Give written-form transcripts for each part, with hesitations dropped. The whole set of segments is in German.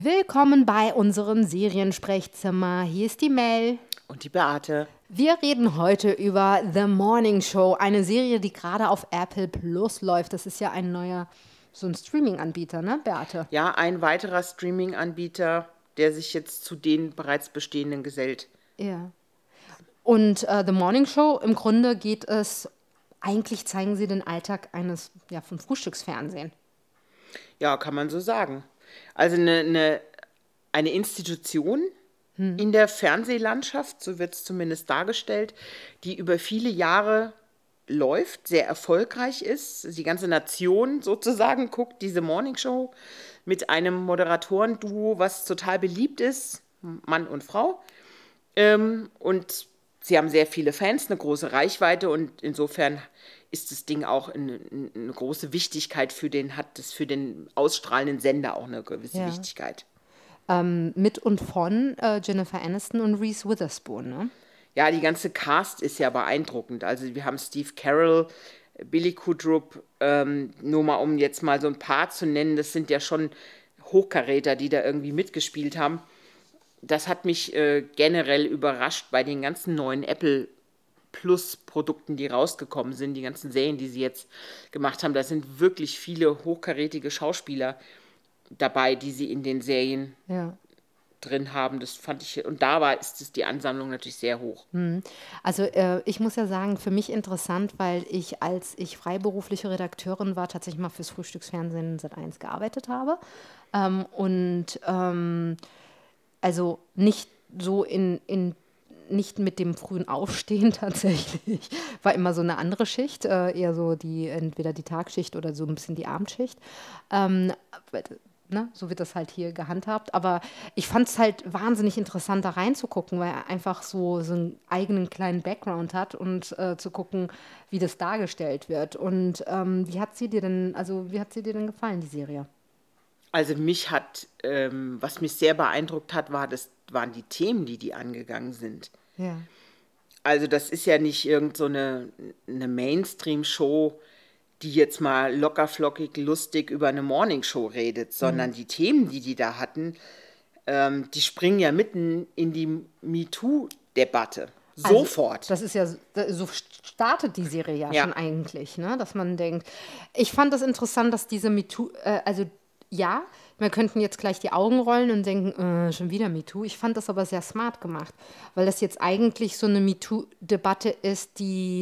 Willkommen bei unserem Seriensprechzimmer. Hier ist die Mel. Und die Beate. Wir reden heute über The Morning Show, eine Serie, die gerade auf Apple Plus läuft. Das ist ja ein neuer, so ein Streaming-Anbieter, ne, Beate? Ja, ein weiterer Streaming-Anbieter, der sich jetzt zu den bereits bestehenden gesellt. Ja. Und The Morning Show, im Grunde geht es, eigentlich zeigen sie den Alltag vom Frühstücksfernsehen. Ja, kann man so sagen. Also eine Institution in der Fernsehlandschaft, so wird es zumindest dargestellt, die über viele Jahre läuft, sehr erfolgreich ist. Die ganze Nation sozusagen guckt diese Morning Show mit einem Moderatorenduo, was total beliebt ist, Mann und Frau. Und sie haben sehr viele Fans, eine große Reichweite und insofern ist das Ding auch eine große Wichtigkeit hat es für den ausstrahlenden Sender auch eine gewisse Wichtigkeit. Mit und von Jennifer Aniston und Reese Witherspoon, ne? Ja, die ganze Cast ist ja beeindruckend. Also wir haben Steve Carell, Billy Kudrup, nur mal um jetzt mal so ein paar zu nennen, das sind ja schon Hochkaräter, die da irgendwie mitgespielt haben. Das hat mich generell überrascht bei den ganzen neuen Apple Plus Produkten, die rausgekommen sind, die ganzen Serien, die sie jetzt gemacht haben. Da sind wirklich viele hochkarätige Schauspieler dabei, die sie in den Serien drin haben. Das fand ich, und ist die Ansammlung natürlich sehr hoch. Also ich muss ja sagen, für mich interessant, weil ich, als ich freiberufliche Redakteurin war, tatsächlich mal fürs Frühstücksfernsehen Sat.1 gearbeitet habe. Also nicht so nicht mit dem frühen Aufstehen tatsächlich, war immer so eine andere Schicht, eher so entweder die Tagschicht oder so ein bisschen die Abendschicht. Ne, so wird das halt hier gehandhabt. Aber ich fand es halt wahnsinnig interessant, da reinzugucken, weil er einfach so einen eigenen kleinen Background hat und zu gucken, wie das dargestellt wird. Und wie hat sie dir denn gefallen, die Serie? Also was mich sehr beeindruckt hat, waren die Themen, die angegangen sind. Ja. Also das ist ja nicht irgend so eine Mainstream-Show, die jetzt mal lockerflockig, lustig über eine Morningshow redet, sondern die Themen, die da hatten, die springen ja mitten in die MeToo-Debatte. Sofort. Also, das ist ja, so startet die Serie ja Ja. schon eigentlich, ne? Dass man denkt, ich fand das interessant, dass diese MeToo, ja, wir könnten jetzt gleich die Augen rollen und denken, schon wieder MeToo. Ich fand das aber sehr smart gemacht, weil das jetzt eigentlich so eine MeToo-Debatte ist,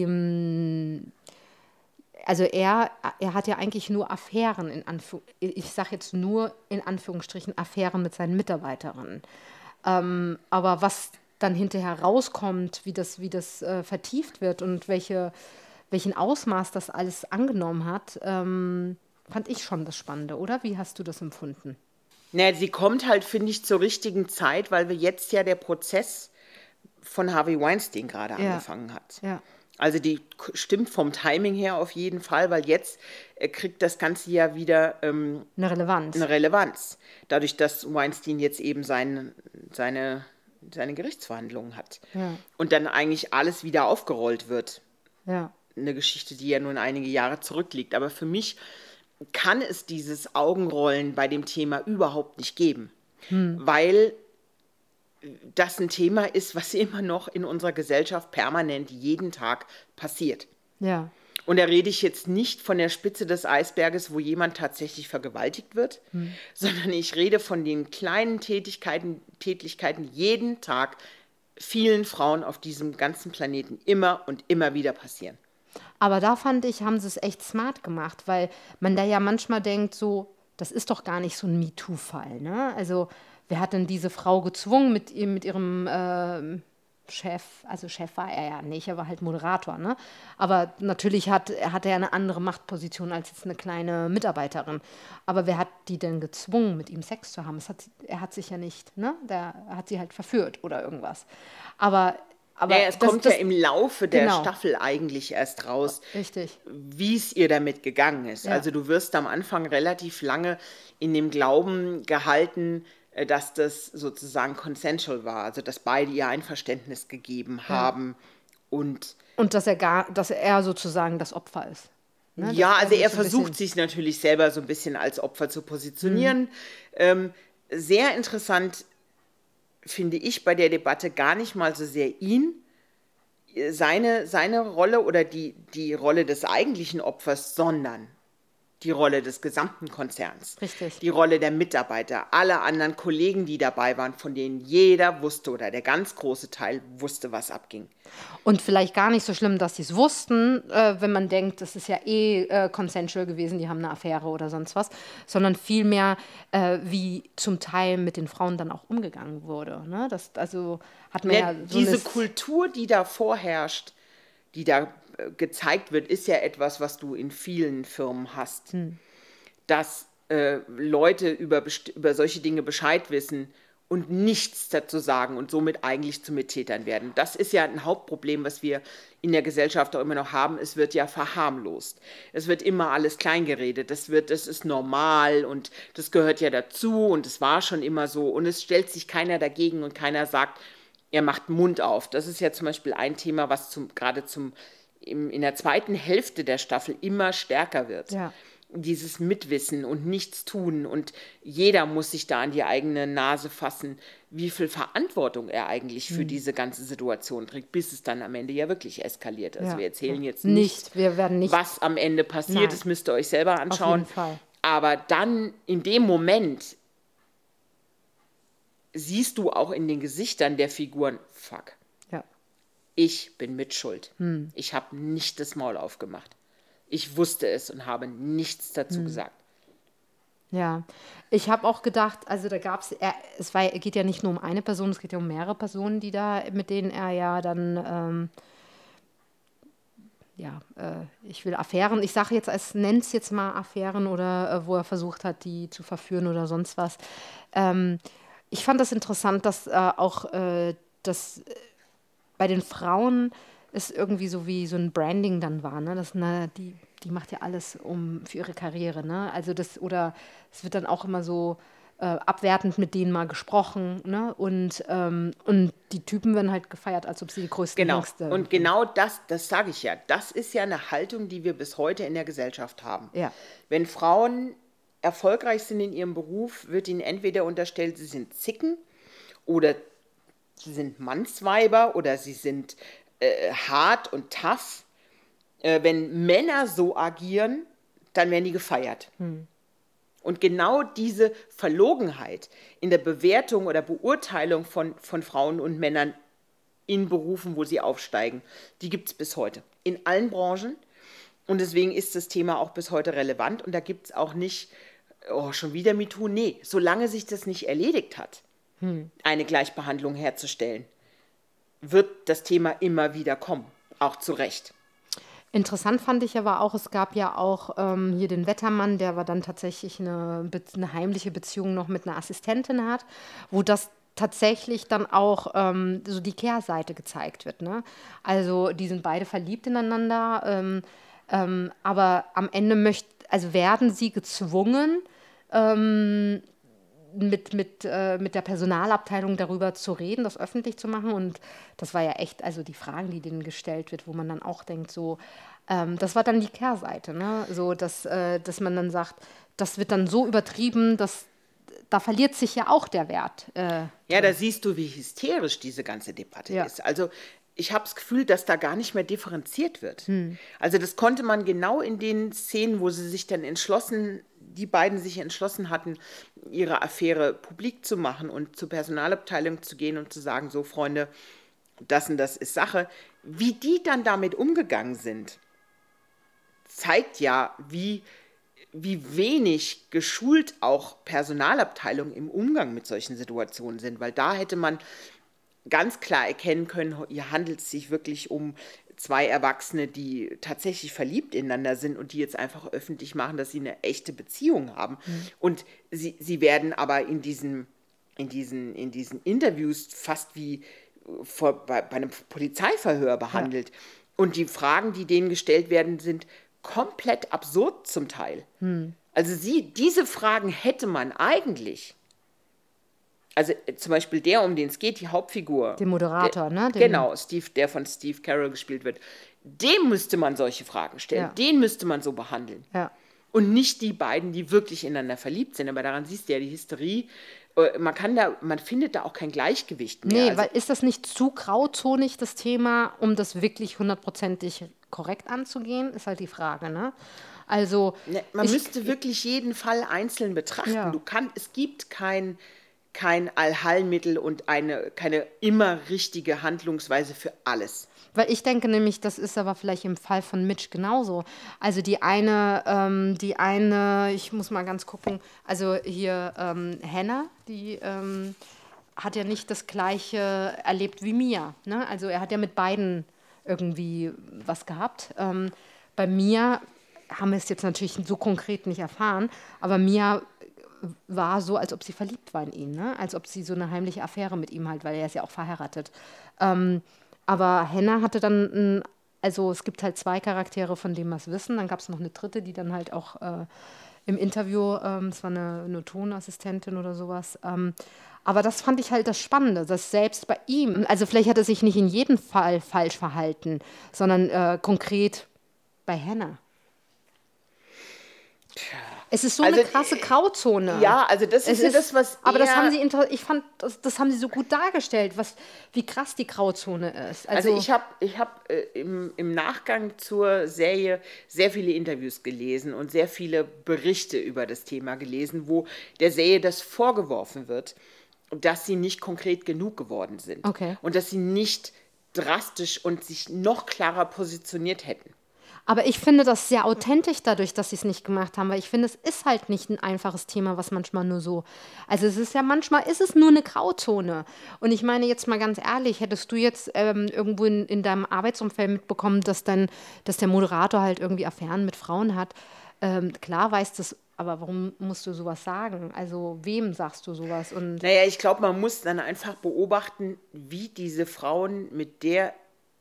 also er hat ja eigentlich nur Affären, ich sage jetzt nur in Anführungsstrichen Affären mit seinen Mitarbeiterinnen. Aber was dann hinterher rauskommt, wie das vertieft wird und welchen Ausmaß das alles angenommen hat, fand ich schon das Spannende, oder? Wie hast du das empfunden? Naja, sie kommt halt, finde ich, zur richtigen Zeit, weil wir jetzt ja der Prozess von Harvey Weinstein gerade angefangen hat. Ja. Also die stimmt vom Timing her auf jeden Fall, weil jetzt kriegt das Ganze ja wieder Eine Relevanz. eine Relevanz. Dadurch, dass Weinstein jetzt eben seine Gerichtsverhandlungen hat. Ja. Und dann eigentlich alles wieder aufgerollt wird. Ja. Eine Geschichte, die ja nun einige Jahre zurückliegt. Aber für mich kann es dieses Augenrollen bei dem Thema überhaupt nicht geben. Weil das ein Thema ist, was immer noch in unserer Gesellschaft permanent jeden Tag passiert. Ja. Und da rede ich jetzt nicht von der Spitze des Eisberges, wo jemand tatsächlich vergewaltigt wird, sondern ich rede von den kleinen Tätlichkeiten jeden Tag vielen Frauen auf diesem ganzen Planeten immer und immer wieder passieren. Aber da fand ich, haben sie es echt smart gemacht, weil man da ja manchmal denkt, so, das ist doch gar nicht so ein MeToo-Fall, ne? Also, wer hat denn diese Frau gezwungen mit ihrem Chef? Also Chef war er ja nicht, er war halt Moderator, ne? Aber natürlich hat er eine andere Machtposition als jetzt eine kleine Mitarbeiterin. Aber wer hat die denn gezwungen, mit ihm Sex zu haben? Er hat sich ja nicht, ne? Der hat sie halt verführt oder irgendwas. Aber Naja, es kommt ja im Laufe der genau. Staffel eigentlich erst raus, Richtig. wie es ihr damit gegangen ist. Ja. Also du wirst am Anfang relativ lange in dem Glauben gehalten, dass das sozusagen consensual war, also dass beide ihr Einverständnis gegeben haben und dass er sozusagen das Opfer ist. Ne? ja, Dass also sich er so ein versucht bisschen- sich natürlich selber so ein bisschen als Opfer zu positionieren. sehr interessant finde ich bei der Debatte gar nicht mal so sehr ihn, seine Rolle oder die Rolle des eigentlichen Opfers, sondern die Rolle des gesamten Konzerns. Richtig. Die Rolle der Mitarbeiter, alle anderen Kollegen, die dabei waren, von denen jeder wusste oder der ganz große Teil wusste, was abging. Und vielleicht gar nicht so schlimm, dass sie es wussten, wenn man denkt, das ist ja consensual gewesen, die haben eine Affäre oder sonst was, sondern vielmehr, wie zum Teil mit den Frauen dann auch umgegangen wurde. Ne? Das, also hat man ja so diese Kultur, die da vorherrscht, die da gezeigt wird, ist ja etwas, was du in vielen Firmen hast. Dass Leute über solche Dinge Bescheid wissen und nichts dazu sagen und somit eigentlich zu Mittätern werden. Das ist ja ein Hauptproblem, was wir in der Gesellschaft auch immer noch haben. Es wird ja verharmlost. Es wird immer alles kleingeredet. Das ist normal und das gehört ja dazu und es war schon immer so. Und es stellt sich keiner dagegen und keiner sagt, er macht den Mund auf. Das ist ja zum Beispiel ein Thema, was in der zweiten Hälfte der Staffel immer stärker wird. Ja. Dieses Mitwissen und Nichtstun und jeder muss sich da an die eigene Nase fassen, wie viel Verantwortung er eigentlich für diese ganze Situation trägt, bis es dann am Ende ja wirklich eskaliert. Also wir erzählen jetzt nicht, wir werden nicht, was am Ende passiert, Nein. Das müsst ihr euch selber anschauen. Auf jeden Fall. Aber dann in dem Moment siehst du auch in den Gesichtern der Figuren, fuck, Ja. ich bin mitschuld. Ich habe nicht das Maul aufgemacht. Ich wusste es und habe nichts dazu gesagt. Ja, ich habe auch gedacht, also da gab es, geht ja nicht nur um eine Person, es geht ja um mehrere Personen, mit denen er ja dann, ich will Affären, ich sage jetzt, nenne es jetzt mal Affären oder wo er versucht hat, die zu verführen oder sonst was. Ich fand das interessant, dass das bei den Frauen es irgendwie so wie so ein Branding dann war, ne? Die macht ja alles für ihre Karriere, ne? Also es wird dann auch immer so abwertend mit denen mal gesprochen, ne? Und die Typen werden halt gefeiert, als ob sie die größten Hengste. Und genau das sage ich ja. Das ist ja eine Haltung, die wir bis heute in der Gesellschaft haben. Ja. Wenn Frauen erfolgreich sind in ihrem Beruf, wird ihnen entweder unterstellt, sie sind Zicken oder sie sind Mannsweiber oder sie sind hart und tough. Wenn Männer so agieren, dann werden die gefeiert. Und genau diese Verlogenheit in der Bewertung oder Beurteilung von Frauen und Männern in Berufen, wo sie aufsteigen, die gibt es bis heute. In allen Branchen. Und deswegen ist das Thema auch bis heute relevant. Und da gibt es auch nicht, schon wieder MeToo. Nee, solange sich das nicht erledigt hat, eine Gleichbehandlung herzustellen, wird das Thema immer wieder kommen. Auch zu Recht. Interessant fand ich aber auch, es gab ja auch hier den Wettermann, der war dann tatsächlich eine heimliche Beziehung noch mit einer Assistentin hat, wo das tatsächlich dann auch so die Kehrseite gezeigt wird. Ne? Also die sind beide verliebt ineinander, aber am Ende werden sie gezwungen, mit der Personalabteilung darüber zu reden, das öffentlich zu machen. Und das war ja echt, also die Fragen, die denen gestellt wird, wo man dann auch denkt, so, das war dann die Kehrseite, ne? So, dass man dann sagt, das wird dann so übertrieben, dass da verliert sich ja auch der Wert. Ja, da siehst du, wie hysterisch diese ganze Debatte ist. Also ich habe das Gefühl, dass da gar nicht mehr differenziert wird. Also das konnte man genau in den Szenen, wo die beiden sich entschlossen hatten, ihre Affäre publik zu machen und zur Personalabteilung zu gehen und zu sagen, so Freunde, das und das ist Sache. Wie die dann damit umgegangen sind, zeigt ja, wie wenig geschult auch Personalabteilungen im Umgang mit solchen Situationen sind, weil da hätte man ganz klar erkennen können, hier handelt es sich wirklich um zwei Erwachsene, die tatsächlich verliebt ineinander sind und die jetzt einfach öffentlich machen, dass sie eine echte Beziehung haben. Und sie werden aber in diesen Interviews fast wie bei einem Polizeiverhör behandelt. Ja. Und die Fragen, die denen gestellt werden, sind komplett absurd zum Teil. Also diese Fragen hätte man eigentlich. Also zum Beispiel der, um den es geht, die Hauptfigur. Den Moderator, ne? Genau, Steve, der von Steve Carell gespielt wird. Dem müsste man solche Fragen stellen. Ja. Den müsste man so behandeln. Ja. Und nicht die beiden, die wirklich ineinander verliebt sind. Aber daran siehst du ja die Hysterie man findet da auch kein Gleichgewicht mehr. Nee, Also, weil ist das nicht zu grauzonig, das Thema, um das wirklich hundertprozentig korrekt anzugehen, ist halt die Frage, ne? Also, ne, man müsste wirklich jeden Fall einzeln betrachten. ja. Es gibt kein Allheilmittel und keine immer richtige Handlungsweise für alles. Weil ich denke nämlich, das ist aber vielleicht im Fall von Mitch genauso. Also die eine, ich muss mal ganz gucken, also hier Hannah, die hat ja nicht das Gleiche erlebt wie Mia. Ne? Also er hat ja mit beiden irgendwie was gehabt. Bei Mia haben wir es jetzt natürlich so konkret nicht erfahren, aber Mia war so, als ob sie verliebt war in ihn, ne? Als ob sie so eine heimliche Affäre mit ihm halt, weil er ist ja auch verheiratet. Aber Hannah hatte dann, also es gibt halt zwei Charaktere, von denen wir es wissen. Dann gab es noch eine dritte, die dann halt auch im Interview, es war eine Tonassistentin oder sowas. Aber das fand ich halt das Spannende, dass selbst bei ihm, also vielleicht hat er sich nicht in jedem Fall falsch verhalten, sondern konkret bei Hannah. Es ist so Also, eine krasse Grauzone. ja, also das Es ist ja das, was aber das er- haben sie, ich fand, das haben sie so gut dargestellt, wie krass die Grauzone ist. Also ich hab im Nachgang zur Serie sehr viele Interviews gelesen und sehr viele Berichte über das Thema gelesen, wo der Serie das vorgeworfen wird, dass sie nicht konkret genug geworden sind. Okay. Und dass sie nicht drastisch und sich noch klarer positioniert hätten. Aber ich finde das sehr authentisch dadurch, dass sie es nicht gemacht haben, weil ich finde, es ist halt nicht ein einfaches Thema, was manchmal nur so, also es ist ja manchmal, ist es nur eine Grauzone. Und ich meine jetzt mal ganz ehrlich, hättest du jetzt irgendwo in deinem Arbeitsumfeld mitbekommen, dass der Moderator halt irgendwie Affären mit Frauen hat, klar weiß das, aber warum musst du sowas sagen? Also wem sagst du sowas? Und Naja, ich glaube, man muss dann einfach beobachten, wie diese Frauen mit der.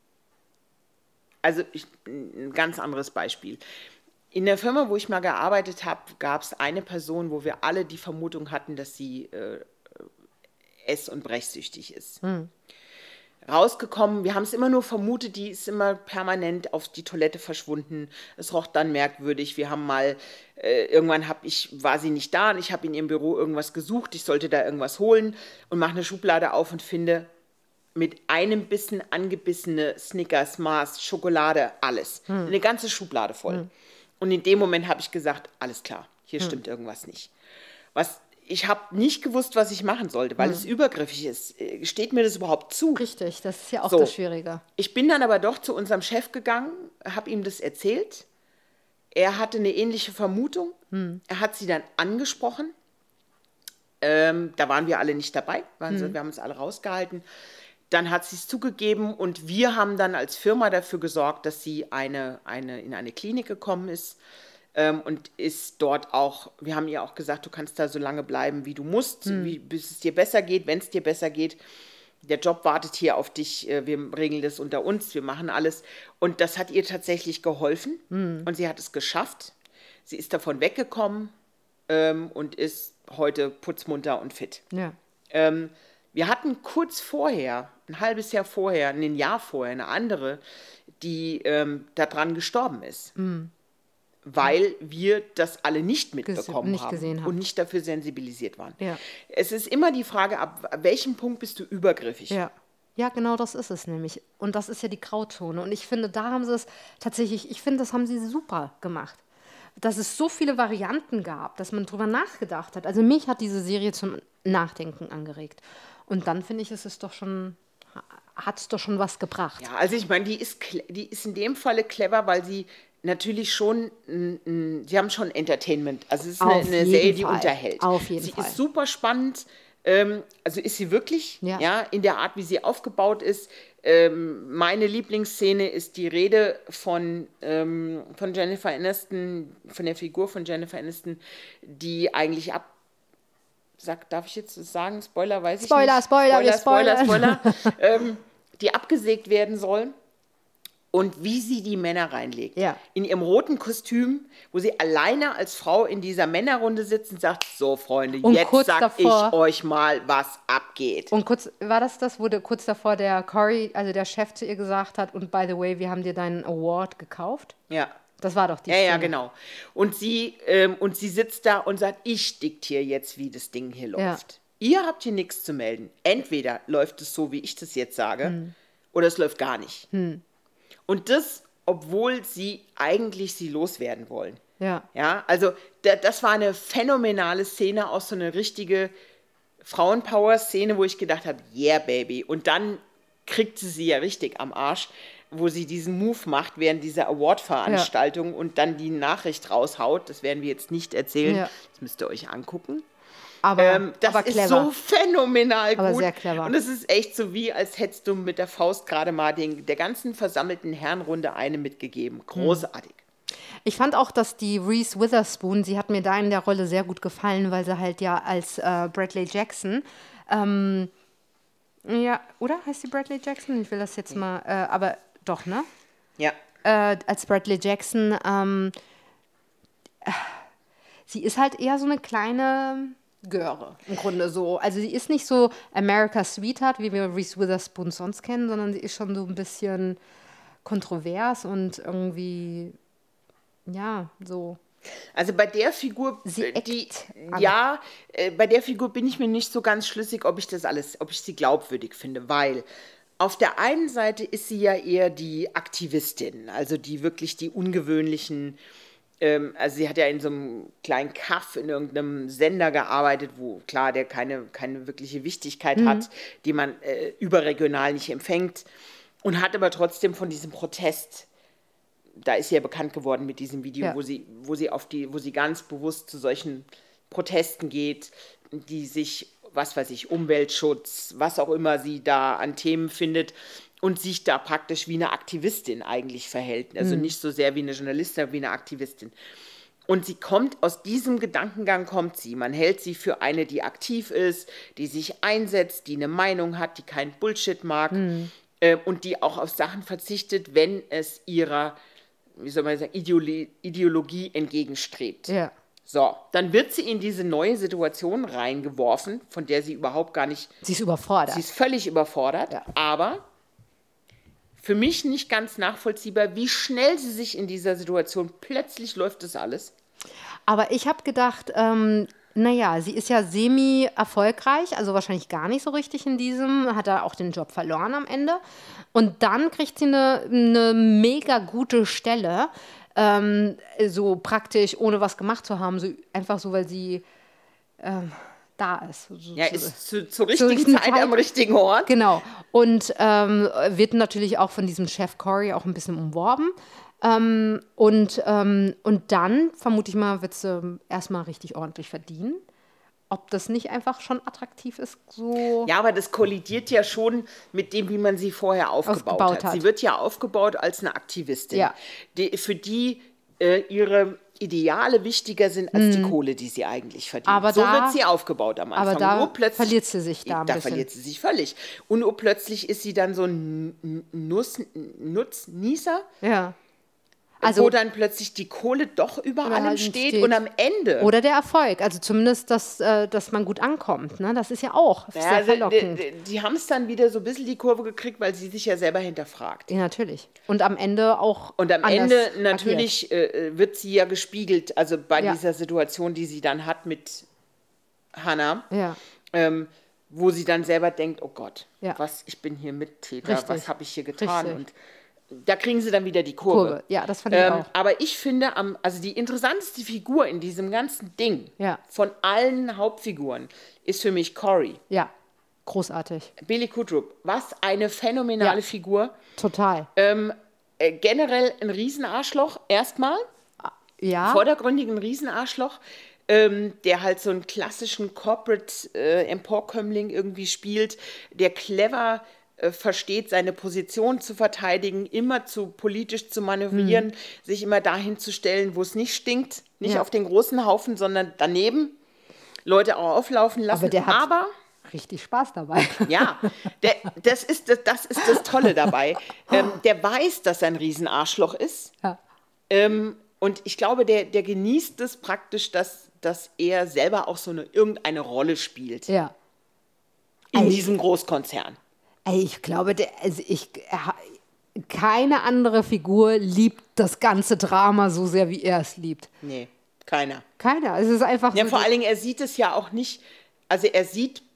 Also ein ganz anderes Beispiel. In der Firma, wo ich mal gearbeitet habe, gab es eine Person, wo wir alle die Vermutung hatten, dass sie ess- und brechsüchtig ist. Rausgekommen, wir haben es immer nur vermutet, die ist immer permanent auf die Toilette verschwunden. Es roch dann merkwürdig. Wir haben mal, irgendwann war sie nicht da und ich habe in ihrem Büro irgendwas gesucht. Ich sollte da irgendwas holen und mache eine Schublade auf und finde mit einem Bissen angebissene Snickers, Mars, Schokolade, alles. Eine ganze Schublade voll. Und in dem Moment habe ich gesagt, alles klar, hier stimmt irgendwas nicht. Ich habe nicht gewusst, was ich machen sollte, weil es übergriffig ist. Steht mir das überhaupt zu? richtig, das ist ja auch So. das Schwierige. Ich bin dann aber doch zu unserem Chef gegangen, habe ihm das erzählt. Er hatte eine ähnliche Vermutung. Er hat sie dann angesprochen. Da waren wir alle nicht dabei. Wir haben uns alle rausgehalten. Dann hat sie es zugegeben und wir haben dann als Firma dafür gesorgt, dass sie in eine Klinik gekommen ist und ist dort auch, wir haben ihr auch gesagt, du kannst da so lange bleiben, wie du musst, bis es dir besser geht, wenn es dir besser geht. Der Job wartet hier auf dich, wir regeln das unter uns, wir machen alles. Und das hat ihr tatsächlich geholfen und sie hat es geschafft. Sie ist davon weggekommen und ist heute putzmunter und fit. Ja. Wir hatten kurz vorher, ein halbes Jahr vorher, ein Jahr vorher, eine andere, die daran gestorben ist. Weil wir das alle nicht mitbekommen nicht haben gesehen haben. und nicht dafür sensibilisiert waren. Ja. Es ist immer die Frage, ab welchem Punkt bist du übergriffig? Ja. Ja, genau das ist es nämlich. Und das ist ja die Grauzone. Und ich finde, da haben sie es tatsächlich, ich finde, das haben sie super gemacht. Dass es so viele Varianten gab, dass man drüber nachgedacht hat. Also mich hat diese Serie zum Nachdenken angeregt. Und dann finde ich, hat es doch schon was gebracht. Ja, also ich meine, die ist in dem Falle clever, weil sie natürlich schon, sie haben schon Entertainment. Also es ist Auf eine jeden Serie, die Fall. unterhält. Auf jeden Sie Fall. ist super spannend. Also ist sie wirklich, Ja. in der Art, wie sie aufgebaut ist. Meine Lieblingsszene ist die Rede von Jennifer Aniston, von der Figur von Jennifer Aniston, die eigentlich darf ich jetzt das sagen? Spoiler, weiß ich nicht. Spoiler. Die abgesägt werden soll. Und wie sie die Männer reinlegt. Ja. In ihrem roten Kostüm, wo sie alleine als Frau in dieser Männerrunde sitzt und sagt, so Freunde, Und jetzt kurz sag davor- ich euch mal, was abgeht. Und war das, wo kurz davor der Corey, also der Chef zu ihr gesagt hat, und by the way, wir haben dir deinen Award gekauft? Ja. Das war doch die Ja, Szene. ja, genau. Und sie sitzt da und sagt, ich diktiere jetzt, wie das Ding hier läuft. ihr habt hier nichts zu melden. Entweder läuft es so, wie ich das jetzt sage, oder es läuft gar nicht. Und das, obwohl sie eigentlich sie loswerden wollen. Ja. Ja, also das war eine phänomenale Szene, auch so eine richtige Frauenpower-Szene, wo ich gedacht habe, yeah, baby. Und dann kriegt sie ja richtig am Arsch, wo sie diesen Move macht während dieser Award-Veranstaltung und dann die Nachricht raushaut. Das werden wir jetzt nicht erzählen. Ja. Das müsst ihr euch angucken. Aber Das ist clever. so phänomenal Aber gut. sehr clever. Und es ist echt so, wie als hättest du mit der Faust gerade mal der ganzen versammelten Herrenrunde eine mitgegeben. Großartig. Ich fand auch, dass die Reese Witherspoon, sie hat mir da in der Rolle sehr gut gefallen, weil sie halt ja als Bradley Jackson, ja, oder? Heißt sie Bradley Jackson? Ich will das jetzt mal, aber doch, ne? Ja. Als Bradley Jackson, sie ist halt eher so eine kleine Göre, im Grunde so. Also sie ist nicht so America's Sweetheart, wie wir Reese Witherspoon sonst kennen, sondern sie ist schon so ein bisschen kontrovers und irgendwie, ja, so. Also bei der Figur, Sie eckt an. bei der Figur bin ich mir nicht so ganz schlüssig, ob ich sie glaubwürdig finde, weil auf der einen Seite ist sie ja eher die Aktivistin, also die wirklich die ungewöhnlichen, also sie hat ja in so einem kleinen Kaff in irgendeinem Sender gearbeitet, wo klar, der keine wirkliche Wichtigkeit hat, die man überregional nicht empfängt und hat aber trotzdem von diesem Protest, da ist sie ja bekannt geworden mit diesem Video, Ja. wo sie ganz bewusst zu solchen Protesten geht, die sich, was weiß ich, Umweltschutz, was auch immer sie da an Themen findet und sich da praktisch wie eine Aktivistin eigentlich verhält. Also nicht so sehr wie eine Journalistin, aber wie eine Aktivistin. Und sie kommt, aus diesem Gedankengang kommt sie. Man hält sie für eine, die aktiv ist, die sich einsetzt, die eine Meinung hat, die keinen Bullshit mag und die auch auf Sachen verzichtet, wenn es ihrer, wie soll man sagen, Ideologie entgegenstrebt. Ja. So, dann wird sie in diese neue Situation reingeworfen, von der sie überhaupt gar nicht, Sie ist überfordert. sie ist völlig überfordert, Ja. aber für mich nicht ganz nachvollziehbar, wie schnell sie sich in dieser Situation, plötzlich läuft das alles. Aber ich habe gedacht, naja, sie ist ja semi-erfolgreich, also wahrscheinlich gar nicht so richtig in diesem, hat er auch den Job verloren am Ende. Und dann kriegt sie eine mega gute Stelle, so praktisch, ohne was gemacht zu haben, so einfach so, weil sie da ist. So, Ja, so- ist zur richtigen richtigen Zeit Zeit. am richtigen Ort. Genau. Und wird natürlich auch von diesem Chef Corey auch ein bisschen umworben. Und dann, vermute ich mal, wird sie erstmal richtig ordentlich verdienen. Ob das nicht einfach schon attraktiv ist, so. Ja, aber das kollidiert ja schon mit dem, wie man sie vorher aufgebaut hat. Sie wird ja aufgebaut als eine Aktivistin, Ja. für die ihre Ideale wichtiger sind als die Kohle, die sie eigentlich verdient. Aber so da- wird sie aufgebaut am Anfang. aber da Urplötzlich- verliert sie sich da ein Da bisschen. verliert sie sich völlig. Und urplötzlich ist sie dann so ein Nutznießer, Ja. wo Also, dann plötzlich die Kohle doch über allem allem steht steht. und am Ende... oder der Erfolg. Also zumindest, dass man gut ankommt. Ne? Das ist ja auch sehr Ja, verlockend. die haben es dann wieder so ein bisschen die Kurve gekriegt, weil sie sich ja selber hinterfragt. Ja, natürlich. Und am Ende auch. Und am anders Ende agiert. natürlich wird sie ja gespiegelt, also bei Ja. dieser Situation, die sie dann hat mit Hannah, Ja. wo sie dann selber denkt, oh Gott, Ja. ich bin hier Mittäter, Richtig. was habe ich hier getan? Richtig. Und da kriegen sie dann wieder die Kurve. Kurve. Ja, das fand ich auch. Aber ich finde, also die interessanteste Figur in diesem ganzen Ding Ja. von allen Hauptfiguren ist für mich Corey. Ja. Großartig. Billy Kudrup, was eine phänomenale Ja. Figur. Total. Generell ein Riesenarschloch erstmal. Ja. Vordergründigen Riesenarschloch, der halt so einen klassischen Corporate Emporkömmling irgendwie spielt, der clever versteht, seine Position zu verteidigen, immer politisch zu manövrieren, sich immer dahin zu stellen, wo es nicht stinkt, nicht Ja. auf den großen Haufen, sondern daneben, Leute auch auflaufen lassen. Aber der hat richtig Spaß dabei. Ja, das ist das Tolle dabei. Der weiß, dass er ein Riesenarschloch ist. Ja. Und ich glaube, der genießt es praktisch, dass er selber auch so irgendeine Rolle spielt Ja. in diesem Großkonzern. Ey, ich glaube, keine andere Figur liebt das ganze Drama so sehr, wie er es liebt. Nee, keiner. Keiner. Es ist einfach Ja, so. vor allen Dingen, er sieht es ja auch nicht, also er sieht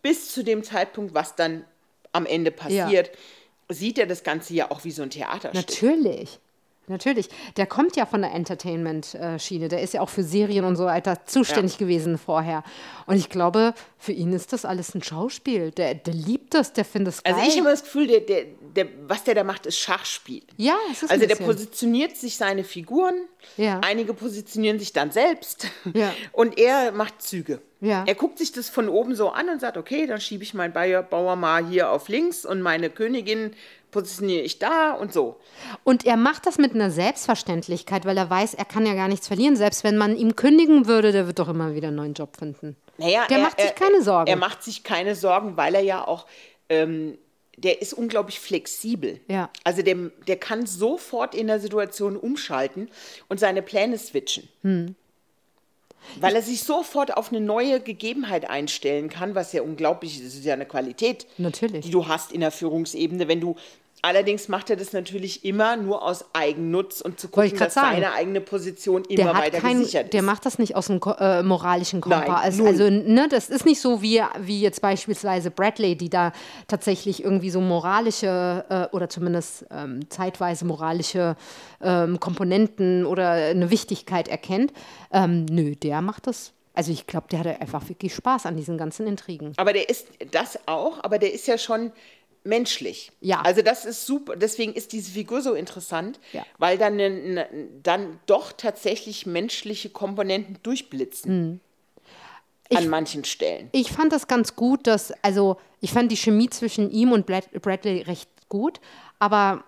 bis zu dem Zeitpunkt, was dann am Ende passiert, sieht er das Ganze ja auch wie so ein Theaterstück. Natürlich. Der kommt ja von der Entertainment-Schiene. Der ist ja auch für Serien und so weiter zuständig gewesen vorher. Und ich glaube, für ihn ist das alles ein Schauspiel. Der liebt das, der findet es geil. Also ich habe das Gefühl, was der da macht, ist Schachspiel. Ja, es ist also ein der bisschen. positioniert sich seine Figuren, einige positionieren sich dann selbst und er macht Züge. Ja. Er guckt sich das von oben so an und sagt, okay, dann schiebe ich meinen Bauer mal hier auf links und meine Königin positioniere ich da und so. Und er macht das mit einer Selbstverständlichkeit, weil er weiß, er kann ja gar nichts verlieren. Selbst wenn man ihm kündigen würde, der wird doch immer wieder einen neuen Job finden. Naja, der macht sich keine Sorgen. Er macht sich keine Sorgen, weil er ja auch, der ist unglaublich flexibel. Ja. Also der kann sofort in der Situation umschalten und seine Pläne switchen. Weil er sich sofort auf eine neue Gegebenheit einstellen kann, was ja unglaublich ist. Das ist ja eine Qualität, Natürlich. die du hast in der Führungsebene. Allerdings macht er das natürlich immer nur aus Eigennutz und zu gucken, dass seine eigene Position immer weiter gesichert ist. Der macht das nicht aus dem moralischen Kompass. Nein, also das ist nicht so wie jetzt beispielsweise Bradley, die da tatsächlich irgendwie so moralische oder zumindest zeitweise moralische Komponenten oder eine Wichtigkeit erkennt. Nö, der macht das. Also ich glaube, der hat einfach wirklich Spaß an diesen ganzen Intrigen. Aber der ist das auch, aber der ist ja schon menschlich. Ja. Also das ist super, deswegen ist diese Figur so interessant, weil dann doch tatsächlich menschliche Komponenten durchblitzen. An manchen Stellen. Ich fand das ganz gut, ich fand die Chemie zwischen ihm und Bradley recht gut, aber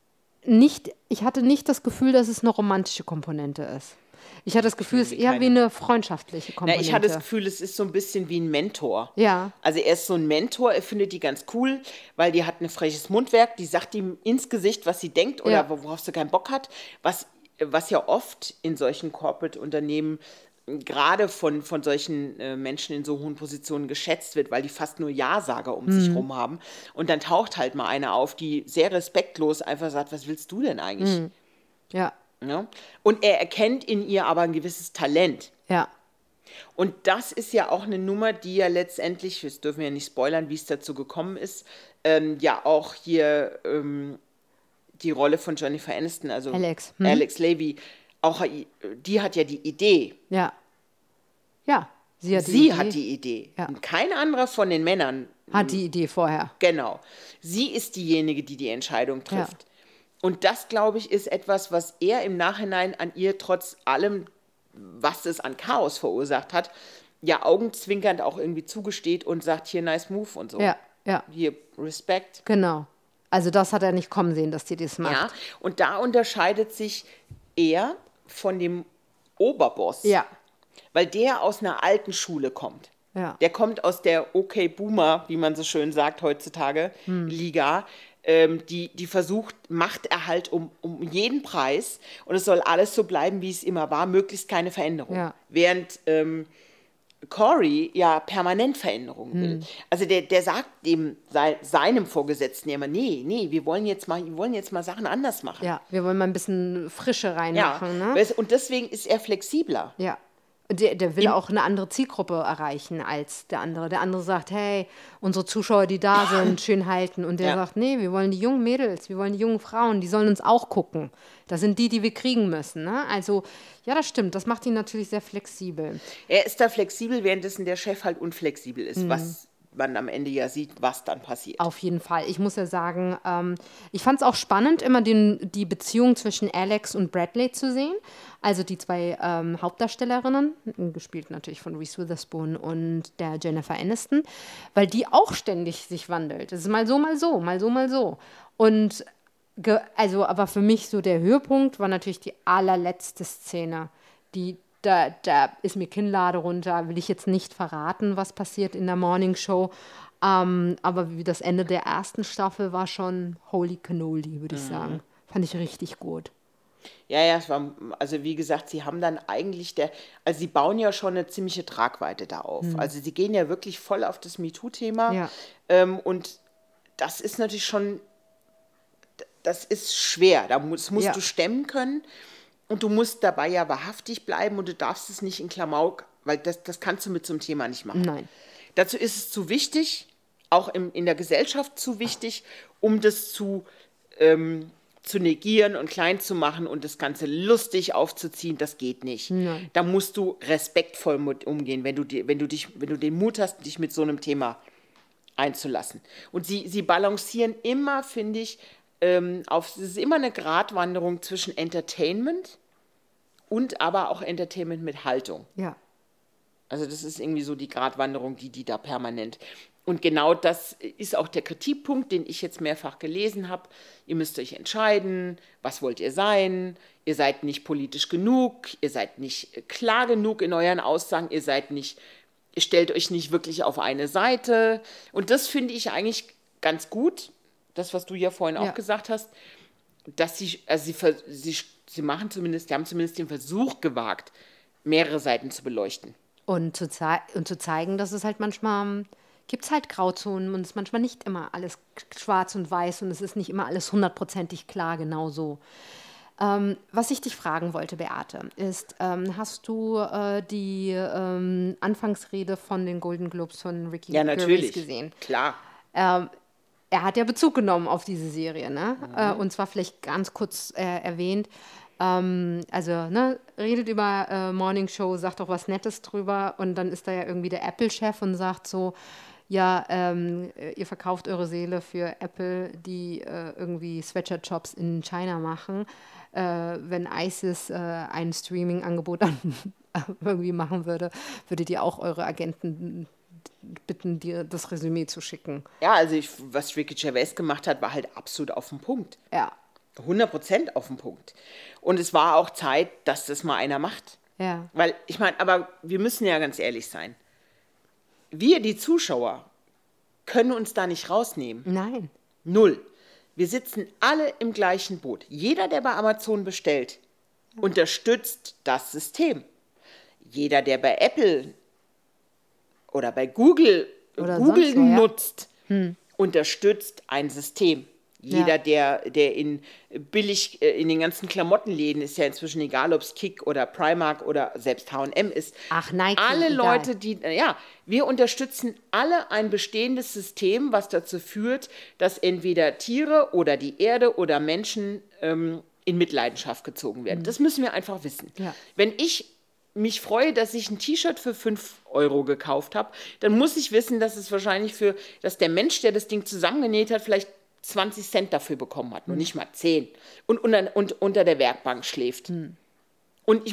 ich hatte nicht das Gefühl, dass es eine romantische Komponente ist. Ich hatte das Gefühl, es ist eher wie eine freundschaftliche Komponente. Ich hatte das Gefühl, es ist so ein bisschen wie ein Mentor. Ja. Also er ist so ein Mentor, er findet die ganz cool, weil die hat ein freches Mundwerk, die sagt ihm ins Gesicht, was sie denkt oder worauf sie keinen Bock hat, was ja oft in solchen Corporate-Unternehmen gerade von solchen Menschen in so hohen Positionen geschätzt wird, weil die fast nur Ja-Sager um sich rum haben. Und dann taucht halt mal eine auf, die sehr respektlos einfach sagt, was willst du denn eigentlich? Ja. Ja? Und er erkennt in ihr aber ein gewisses Talent. Ja. Und das ist ja auch eine Nummer, die ja letztendlich, das dürfen wir ja nicht spoilern, wie es dazu gekommen ist, ja auch hier die Rolle von Jennifer Aniston, also Alex Levy, auch die hat ja die Idee. Ja. Ja, sie hat die Idee. Ja. Und kein anderer von den Männern hat die Idee vorher. Genau. Sie ist diejenige, die die Entscheidung trifft. Ja. Und das, glaube ich, ist etwas, was er im Nachhinein an ihr trotz allem, was es an Chaos verursacht hat, ja augenzwinkernd auch irgendwie zugesteht und sagt, hier, nice move und so. Ja. Hier, Respekt. Genau. Also das hat er nicht kommen sehen, dass die das macht. Ja, und da unterscheidet sich er von dem Oberboss. Ja. Weil der aus einer alten Schule kommt. Ja. Der kommt aus der Okay-Boomer, wie man so schön sagt heutzutage, Liga. Die versucht Machterhalt um jeden Preis und es soll alles so bleiben, wie es immer war, möglichst keine Veränderung. Ja. Während Corey ja permanent Veränderungen will. Also der sagt seinem Vorgesetzten ja immer, nee, wir wollen jetzt mal Sachen anders machen. Ja, wir wollen mal ein bisschen Frische reinmachen. Ja. Ne? Und deswegen ist er flexibler. Ja. Der will auch eine andere Zielgruppe erreichen als der andere. Der andere sagt, hey, unsere Zuschauer, die da sind, schön halten. Und der sagt, nee, wir wollen die jungen Mädels, wir wollen die jungen Frauen, die sollen uns auch gucken. Das sind die wir kriegen müssen. Ne? Also, ja, das stimmt. Das macht ihn natürlich sehr flexibel. Er ist da flexibel, währenddessen der Chef halt unflexibel ist, was man am Ende ja sieht, was dann passiert. Auf jeden Fall. Ich muss ja sagen, ich fand es auch spannend, immer die Beziehung zwischen Alex und Bradley zu sehen. Also die zwei Hauptdarstellerinnen, gespielt natürlich von Reese Witherspoon und der Jennifer Aniston, weil die auch ständig sich wandelt. Es ist mal so, mal so, mal so, mal so. Und aber für mich so der Höhepunkt war natürlich die allerletzte Szene, Da ist mir Kinnlade runter, will ich jetzt nicht verraten, was passiert in der Morning Show. Aber wie das Ende der ersten Staffel war schon holy cannoli, würde ich sagen. Fand ich richtig gut. Ja, es war, also wie gesagt, sie haben dann eigentlich also sie bauen ja schon eine ziemliche Tragweite da auf. Also sie gehen ja wirklich voll auf das MeToo-Thema. Ja. Und das ist natürlich schon, das ist schwer. Das musst du stemmen können. Und du musst dabei ja wahrhaftig bleiben und du darfst es nicht in Klamauk, weil das kannst du mit so einem Thema nicht machen. Nein. Dazu ist es zu wichtig, auch in der Gesellschaft zu wichtig, um das zu negieren und klein zu machen und das Ganze lustig aufzuziehen. Das geht nicht. Nein. Da musst du respektvoll mit umgehen, wenn du den Mut hast, dich mit so einem Thema einzulassen. Und sie balancieren immer, finde ich, es ist immer eine Gratwanderung zwischen Entertainment und aber auch Entertainment mit Haltung. Ja. Also das ist irgendwie so die Gratwanderung, die da permanent. Und genau das ist auch der Kritikpunkt, den ich jetzt mehrfach gelesen habe. Ihr müsst euch entscheiden, was wollt ihr sein? Ihr seid nicht politisch genug, ihr seid nicht klar genug in euren Aussagen, ihr stellt euch nicht wirklich auf eine Seite. Und das finde ich eigentlich ganz gut, das, was du ja vorhin auch gesagt hast, dass sie haben zumindest den Versuch gewagt, mehrere Seiten zu beleuchten. Und zu zeigen, dass es halt manchmal, gibt es halt Grauzonen und es ist manchmal nicht immer alles schwarz und weiß und es ist nicht immer alles hundertprozentig klar, genau so. Was ich dich fragen wollte, Beate, ist, hast du die Anfangsrede von den Golden Globes von Ricky Gervais gesehen? Klar. Er hat ja Bezug genommen auf diese Serie, ne? Und zwar vielleicht ganz kurz erwähnt, redet über Morning Show, sagt doch was Nettes drüber und dann ist da ja irgendwie der Apple-Chef und sagt so, ja, ihr verkauft eure Seele für Apple, die irgendwie Sweatshirt-Shops in China machen. Wenn ISIS ein Streaming-Angebot irgendwie machen würde, würdet ihr auch eure Agenten bitten, dir das Resümee zu schicken. Ja, also was Ricky Gervais gemacht hat, war halt absolut auf den Punkt. Ja. 100% auf den Punkt. Und es war auch Zeit, dass das mal einer macht. Ja. Weil, ich meine, aber wir müssen ja ganz ehrlich sein. Wir, die Zuschauer, können uns da nicht rausnehmen. Nein. 0. Wir sitzen alle im gleichen Boot. Jeder, der bei Amazon bestellt, unterstützt das System. Jeder, der bei Apple oder bei Google nutzt, unterstützt ein System. Jeder, der in den ganzen Klamottenläden, ist ja inzwischen egal, ob es Kick oder Primark oder selbst H&M ist. Ach, Nike, alle egal. Leute, wir unterstützen alle ein bestehendes System, was dazu führt, dass entweder Tiere oder die Erde oder Menschen in Mitleidenschaft gezogen werden. Das müssen wir einfach wissen. Ja. Wenn ich mich freue, dass ich ein T-Shirt für 5 Euro gekauft habe, dann muss ich wissen, dass es wahrscheinlich dass der Mensch, der das Ding zusammengenäht hat, vielleicht 20 Cent dafür bekommen hat, nur nicht mal 10. Und unter der Werkbank schläft. Und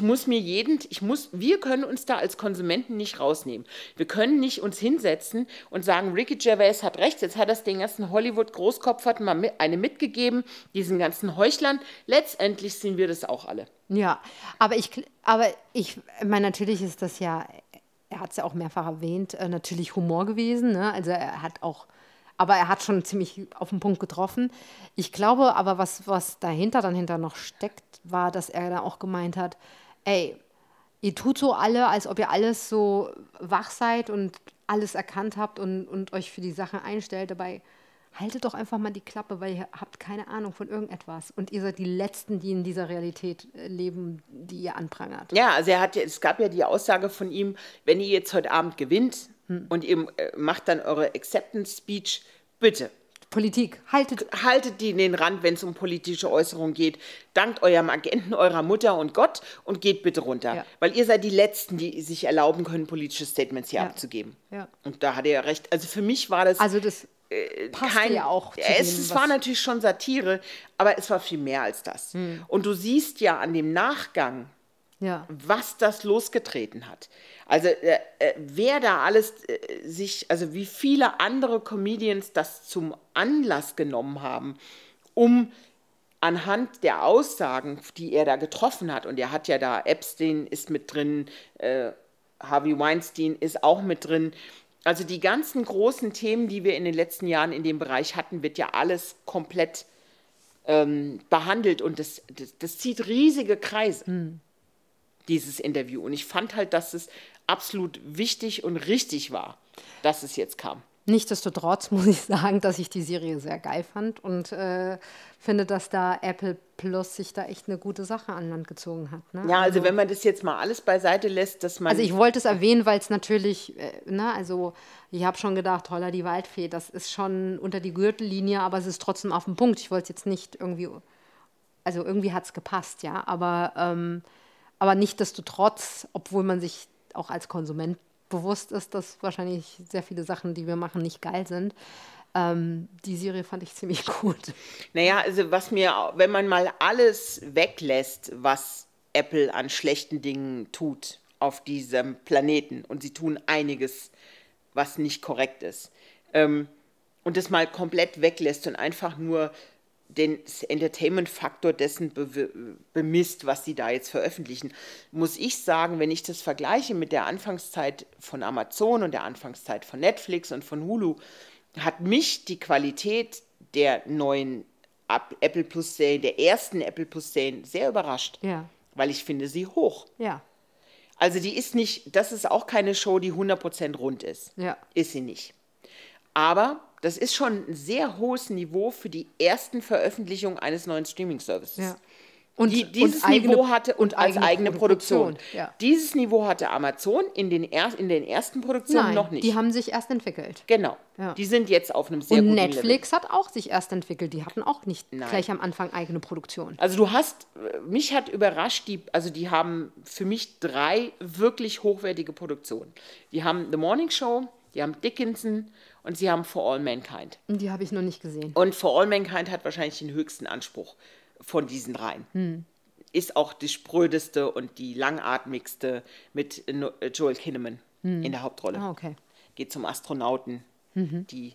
wir können uns da als Konsumenten nicht rausnehmen. Wir können nicht uns hinsetzen und sagen, Ricky Gervais hat recht, jetzt hat das den ganzen Hollywood-Großkopf mal eine mitgegeben, diesen ganzen Heuchlern. Letztendlich sind wir das auch alle. Ja, aber ich meine, natürlich ist das ja, er hat es ja auch mehrfach erwähnt, natürlich Humor gewesen, ne? Also er hat schon ziemlich auf den Punkt getroffen. Ich glaube aber, was dahinter noch steckt, war, dass er da auch gemeint hat, ey, ihr tut so alle, als ob ihr alles so wach seid und alles erkannt habt und euch für die Sache einstellt. Dabei haltet doch einfach mal die Klappe, weil ihr habt keine Ahnung von irgendetwas. Und ihr seid die Letzten, die in dieser Realität leben, die ihr anprangert. Ja, also es gab ja die Aussage von ihm, wenn ihr jetzt heute Abend gewinnt und ihr macht dann eure Acceptance Speech, bitte. Politik, haltet die in den Rand, wenn es um politische Äußerungen geht. Dankt eurem Agenten, eurer Mutter und Gott und geht bitte runter. Ja. Weil ihr seid die Letzten, die sich erlauben können, politische Statements hier abzugeben. Ja. Und da hat er ja recht. Also für mich war das... Also das passt ja auch zu es war natürlich schon Satire, aber es war viel mehr als das. Und du siehst ja an dem Nachgang, was das losgetreten hat. Also wer da alles wie viele andere Comedians das zum Anlass genommen haben, um anhand der Aussagen, die er da getroffen hat, und er hat ja da, Epstein ist mit drin, Harvey Weinstein ist auch mit drin. Also die ganzen großen Themen, die wir in den letzten Jahren in dem Bereich hatten, wird ja alles komplett behandelt und das zieht riesige Kreise, dieses Interview. Und ich fand halt, dass es absolut wichtig und richtig war, dass es jetzt kam. Nichtsdestotrotz muss ich sagen, dass ich die Serie sehr geil fand und finde, dass da Apple Plus sich da echt eine gute Sache an Land gezogen hat. Ne? Ja, also wenn man das jetzt mal alles beiseite lässt, dass Also man, ich wollte es erwähnen, weil es natürlich, ne, also ich habe schon gedacht, Holla die Waldfee, das ist schon unter die Gürtellinie, aber es ist trotzdem auf den Punkt. Ich wollte es jetzt nicht irgendwie, also irgendwie hat es gepasst, ja, aber nichtsdestotrotz, obwohl man sich auch als Konsument bewusst ist, dass wahrscheinlich sehr viele Sachen, die wir machen, nicht geil sind, die Serie fand ich ziemlich gut. naja, also was mir, wenn man mal alles weglässt, was Apple an schlechten Dingen tut auf diesem Planeten, und sie tun einiges, was nicht korrekt ist, und das mal komplett weglässt und einfach nur den Entertainment-Faktor dessen bemisst, was sie da jetzt veröffentlichen, muss ich sagen, wenn ich das vergleiche mit der Anfangszeit von Amazon und der Anfangszeit von Netflix und von Hulu, hat mich die Qualität der neuen Apple Plus-Serien, der ersten Apple Plus-Serien, sehr überrascht, Ja, weil ich finde sie hoch. ja, Also die ist nicht, das ist auch keine Show, die 100% rund ist. ja. Ist sie nicht. Aber das ist schon ein sehr hohes Niveau für die ersten Veröffentlichungen eines neuen Streaming-Services. Ja. Dieses eigene- Niveau hatte und als eigene Produktion. Ja. Dieses Niveau hatte Amazon in den ersten Produktionen Nein, noch nicht. die haben sich erst entwickelt. Genau. Ja. Die sind jetzt auf einem sehr Und guten Netflix hat auch sich erst entwickelt. Die hatten auch nicht Nein. gleich am Anfang eigene Produktion. Also mich hat überrascht, die haben für mich 3 wirklich hochwertige Produktionen. Die haben The Morning Show, die haben Dickinson und sie haben For All Mankind. Und die habe ich noch nicht gesehen. Und For All Mankind hat wahrscheinlich den höchsten Anspruch von diesen 3. Ist auch die sprödeste und die langatmigste mit Joel Kinnaman in der Hauptrolle. Ah, okay. Geht zum Astronauten, die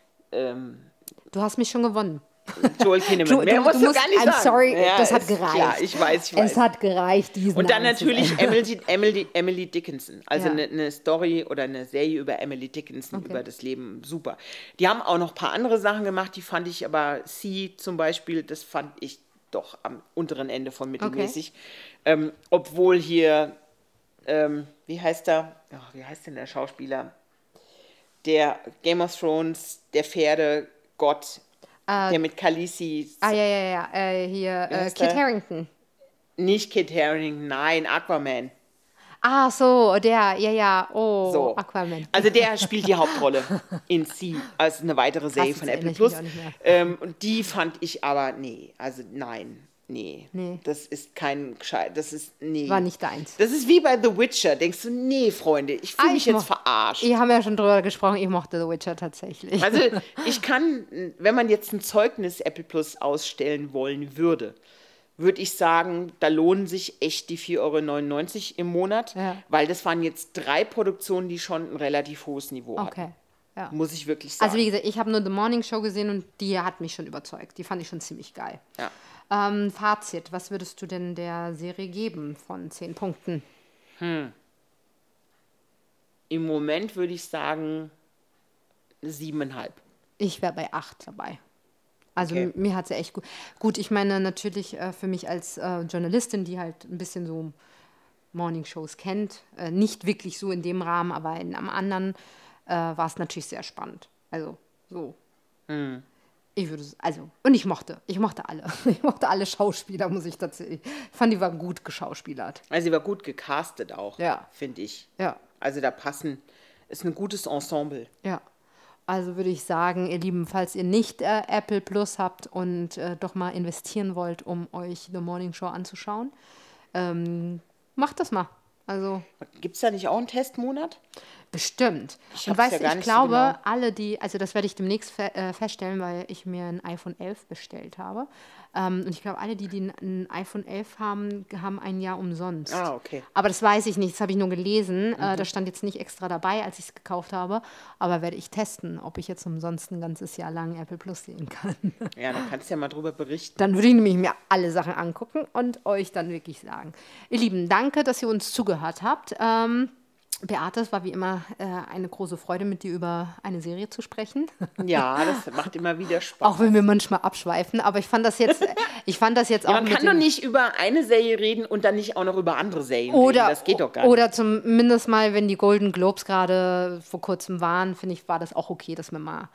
Du hast mich schon gewonnen. Joel Kinnaman. Mehr musst du gar nicht I'm sagen. sorry, Ja, das hat ist gereicht. klar, ich weiß. Es hat gereicht, diesen Und dann Namen zu natürlich sagen. Emily Dickinson. Also Ja. eine Story oder eine Serie über Emily Dickinson, über das Leben, super. Die haben auch noch ein paar andere Sachen gemacht, die fand ich aber, Sie zum Beispiel, das fand ich doch am unteren Ende von mittelmäßig. Obwohl hier, wie heißt denn der Schauspieler? Der Game of Thrones, der Pferdegott, der mit Khaleesi, Ja. Hier, heißt Kit der? Harington. nicht Kit Harington, nein, Aquaman. Ah, so, ja. Oh, So. Aquaman. Also der spielt die Hauptrolle in Sie, als eine weitere Serie jetzt von Apple erinnere ich Plus. mich auch nicht mehr. Und die fand ich aber, nee. Das ist kein gescheit, das ist, nee. War nicht deins. Das ist wie bei The Witcher. Denkst du, nee, Freunde, ich fühle mich jetzt verarscht. Wir haben ja schon drüber gesprochen, ich mochte The Witcher tatsächlich. Also ich kann, wenn man jetzt ein Zeugnis Apple Plus ausstellen wollen würde ich sagen, da lohnen sich echt die 4,99 € im Monat, weil das waren jetzt 3 Produktionen, die schon ein relativ hohes Niveau hatten. Okay. Ja. Muss ich wirklich sagen. Also wie gesagt, ich habe nur The Morning Show gesehen und die hat mich schon überzeugt. Die fand ich schon ziemlich geil. Ja. Fazit, was würdest du denn der Serie geben von 10 Punkten? Im Moment würde ich sagen 7,5. Ich wäre bei 8 dabei. Also Okay. mir hat sie echt gut. Gut, ich meine natürlich für mich als Journalistin, die halt ein bisschen so Morning-Shows kennt, nicht wirklich so in dem Rahmen, aber in einem anderen, war es natürlich sehr spannend. Also so. Ich würde, und ich mochte alle. Ich mochte alle Schauspieler, muss ich tatsächlich. Ich fand, die waren gut geschauspielert. Also sie war gut gecastet auch, Ja. finde ich. Ja. Also da ist ein gutes Ensemble. Ja. Also würde ich sagen, ihr Lieben, falls ihr nicht Apple Plus habt und doch mal investieren wollt, um euch The Morning Show anzuschauen, macht das mal. Also Gibt es da nicht auch einen Testmonat? bestimmt. Ich Und hab's weißt ja du, gar ich nicht so glaube, genau. alle, die, also das werde ich demnächst feststellen, weil ich mir ein iPhone 11 bestellt habe. Und ich glaube, alle, die ein iPhone 11 haben, haben ein Jahr umsonst. Ah, okay. Aber das weiß ich nicht, das habe ich nur gelesen. Das stand jetzt nicht extra dabei, als ich es gekauft habe. Aber werde ich testen, ob ich jetzt umsonst ein ganzes Jahr lang Apple Plus sehen kann. Ja, dann kannst du ja mal drüber berichten. Dann würde ich nämlich mir alle Sachen angucken und euch dann wirklich sagen. Ihr Lieben, danke, dass ihr uns zugehört habt. Beate, es war wie immer eine große Freude, mit dir über eine Serie zu sprechen. Ja, das macht immer wieder Spaß. Auch wenn wir manchmal abschweifen, aber ich fand das jetzt Ja, auch man mit kann doch nicht über eine Serie reden und dann nicht auch noch über andere Serien reden. Das geht doch gar nicht. Oder zumindest mal, wenn die Golden Globes gerade vor kurzem waren, finde ich, war das auch okay, dass man mal,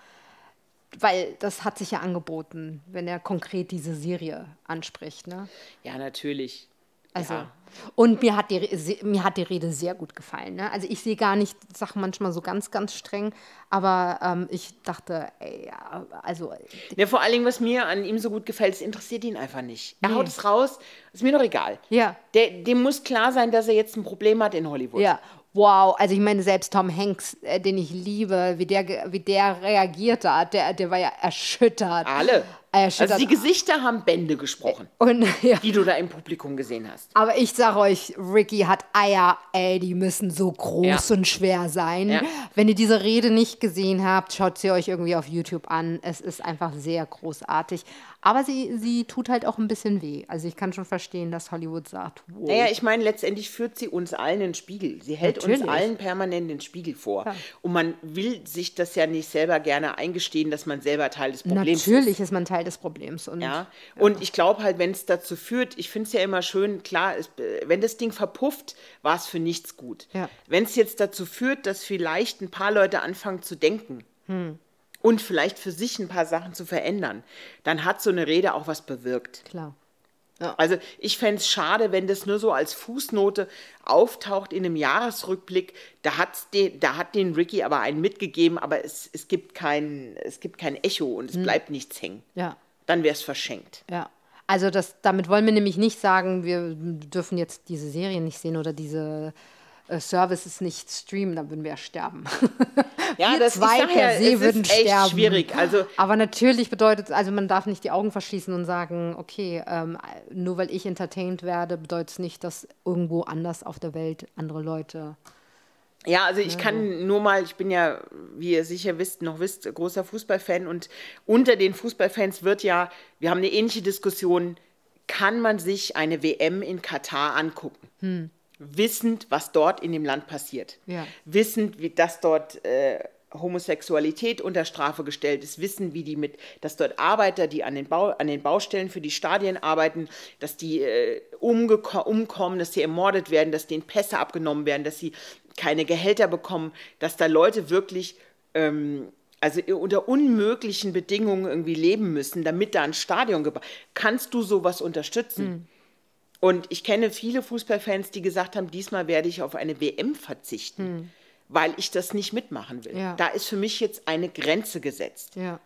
weil das hat sich ja angeboten, wenn er konkret diese Serie anspricht, ne? Ja, natürlich. Also, Ja. und mir hat die Rede sehr gut gefallen. Ne? Also ich sehe gar nicht Sachen manchmal so ganz, ganz streng, aber ich dachte, ey, ja, also Ja, vor allen Dingen, was mir an ihm so gut gefällt, es interessiert ihn einfach nicht. Er Nee. haut es raus, ist mir doch egal. ja, Dem muss klar sein, dass er jetzt ein Problem hat in Hollywood. ja, wow. Also ich meine, selbst Tom Hanks, den ich liebe, wie der reagiert hat, der war ja erschüttert. Alle. Erschüttert. Also die Gesichter haben Bände gesprochen, Und ja. die du da im Publikum gesehen hast. Aber ich sag euch, Ricky hat Eier, ey, die müssen so groß Ja. und schwer sein. Ja. Wenn ihr diese Rede nicht gesehen habt, schaut sie euch irgendwie auf YouTube an. Es ist einfach sehr großartig. Aber sie tut halt auch ein bisschen weh. Also ich kann schon verstehen, dass Hollywood sagt, wow. Naja, ich meine, letztendlich führt sie uns allen den Spiegel. Sie hält Natürlich. uns allen permanent den Spiegel vor. Ja. Und man will sich das ja nicht selber gerne eingestehen, dass man selber Teil des Problems ist. Natürlich ist man Teil des Problems. Und Ja, und ich glaube halt, wenn es dazu führt, ich finde es ja immer schön, klar, wenn das Ding verpufft, war es für nichts gut. Ja. Wenn es jetzt dazu führt, dass vielleicht ein paar Leute anfangen zu denken und vielleicht für sich ein paar Sachen zu verändern, dann hat so eine Rede auch was bewirkt. klar. Also ich fände es schade, wenn das nur so als Fußnote auftaucht in einem Jahresrückblick. Da hat den Ricky aber einen mitgegeben, aber es gibt kein Echo und es bleibt nichts hängen. Ja. Dann wäre es verschenkt. Ja, also damit wollen wir nämlich nicht sagen, wir dürfen jetzt diese Serien nicht sehen oder diese Services nicht streamen, dann würden wir ja sterben. Ja, wir das zwei ich sag ja, per se es würden ist echt sterben. schwierig. Also Aber natürlich bedeutet, also man darf nicht die Augen verschließen und sagen, okay, nur weil ich entertained werde, bedeutet es nicht, dass irgendwo anders auf der Welt andere Leute. ja, also ich kann nur mal, ich bin ja, wie ihr sicher wisst, großer Fußballfan und unter den Fußballfans wir haben eine ähnliche Diskussion, kann man sich eine WM in Katar angucken? Wissend, was dort in dem Land passiert. Ja. Wissend, dass dort Homosexualität unter Strafe gestellt ist, wissen, dass dort Arbeiter, die an den Baustellen für die Stadien arbeiten, dass die umkommen, dass sie ermordet werden, dass denen Pässe abgenommen werden, dass sie keine Gehälter bekommen, dass da Leute wirklich also unter unmöglichen Bedingungen irgendwie leben müssen, damit da ein Stadion gebaut wird. Kannst du sowas unterstützen? Und ich kenne viele Fußballfans, die gesagt haben, diesmal werde ich auf eine WM verzichten, weil ich das nicht mitmachen will. Ja. Da ist für mich jetzt eine Grenze gesetzt. Ja.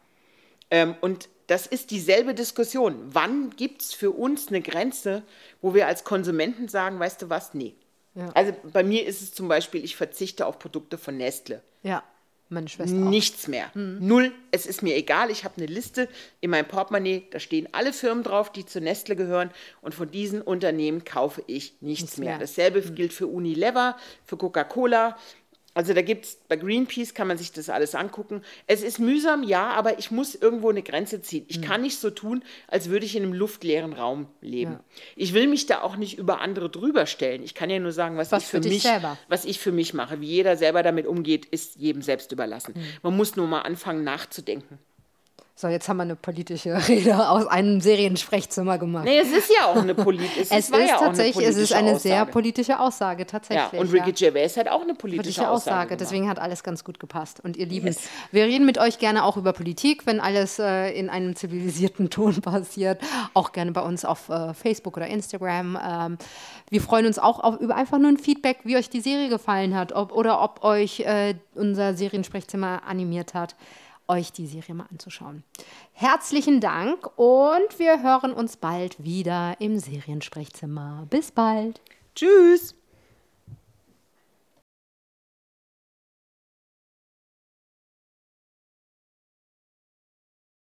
Und das ist dieselbe Diskussion. Wann gibt es für uns eine Grenze, wo wir als Konsumenten sagen, weißt du was, nee. Ja. Also bei mir ist es zum Beispiel, ich verzichte auf Produkte von Nestle. Ja, meine Schwester auch. Nichts mehr. Null. Es ist mir egal. Ich habe eine Liste in meinem Portemonnaie. Da stehen alle Firmen drauf, die zu Nestle gehören. Und von diesen Unternehmen kaufe ich nichts mehr. mehr. Dasselbe gilt für Unilever, für Coca-Cola. Also da gibt es, bei Greenpeace kann man sich das alles angucken. Es ist mühsam, ja, aber ich muss irgendwo eine Grenze ziehen. Ich kann nicht so tun, als würde ich in einem luftleeren Raum leben. Ja. Ich will mich da auch nicht über andere drüber stellen. Ich kann ja nur sagen, was für dich selber. was ich für mich mache. Wie jeder selber damit umgeht, ist jedem selbst überlassen. Man muss nur mal anfangen nachzudenken. So, jetzt haben wir eine politische Rede aus einem Seriensprechzimmer gemacht. Nee, es ist ja auch eine politische Es ist eine sehr politische Aussage, tatsächlich. Ja, und Ricky Gervais hat auch eine politische Aussage gemacht. Deswegen hat alles ganz gut gepasst. Und ihr Lieben, wir reden mit euch gerne auch über Politik, wenn alles in einem zivilisierten Ton passiert. Auch gerne bei uns auf Facebook oder Instagram. Wir freuen uns auch über einfach nur ein Feedback, wie euch die Serie gefallen hat oder ob euch unser Seriensprechzimmer animiert hat, euch die Serie mal anzuschauen. Herzlichen Dank und wir hören uns bald wieder im Seriensprechzimmer. Bis bald. Tschüss.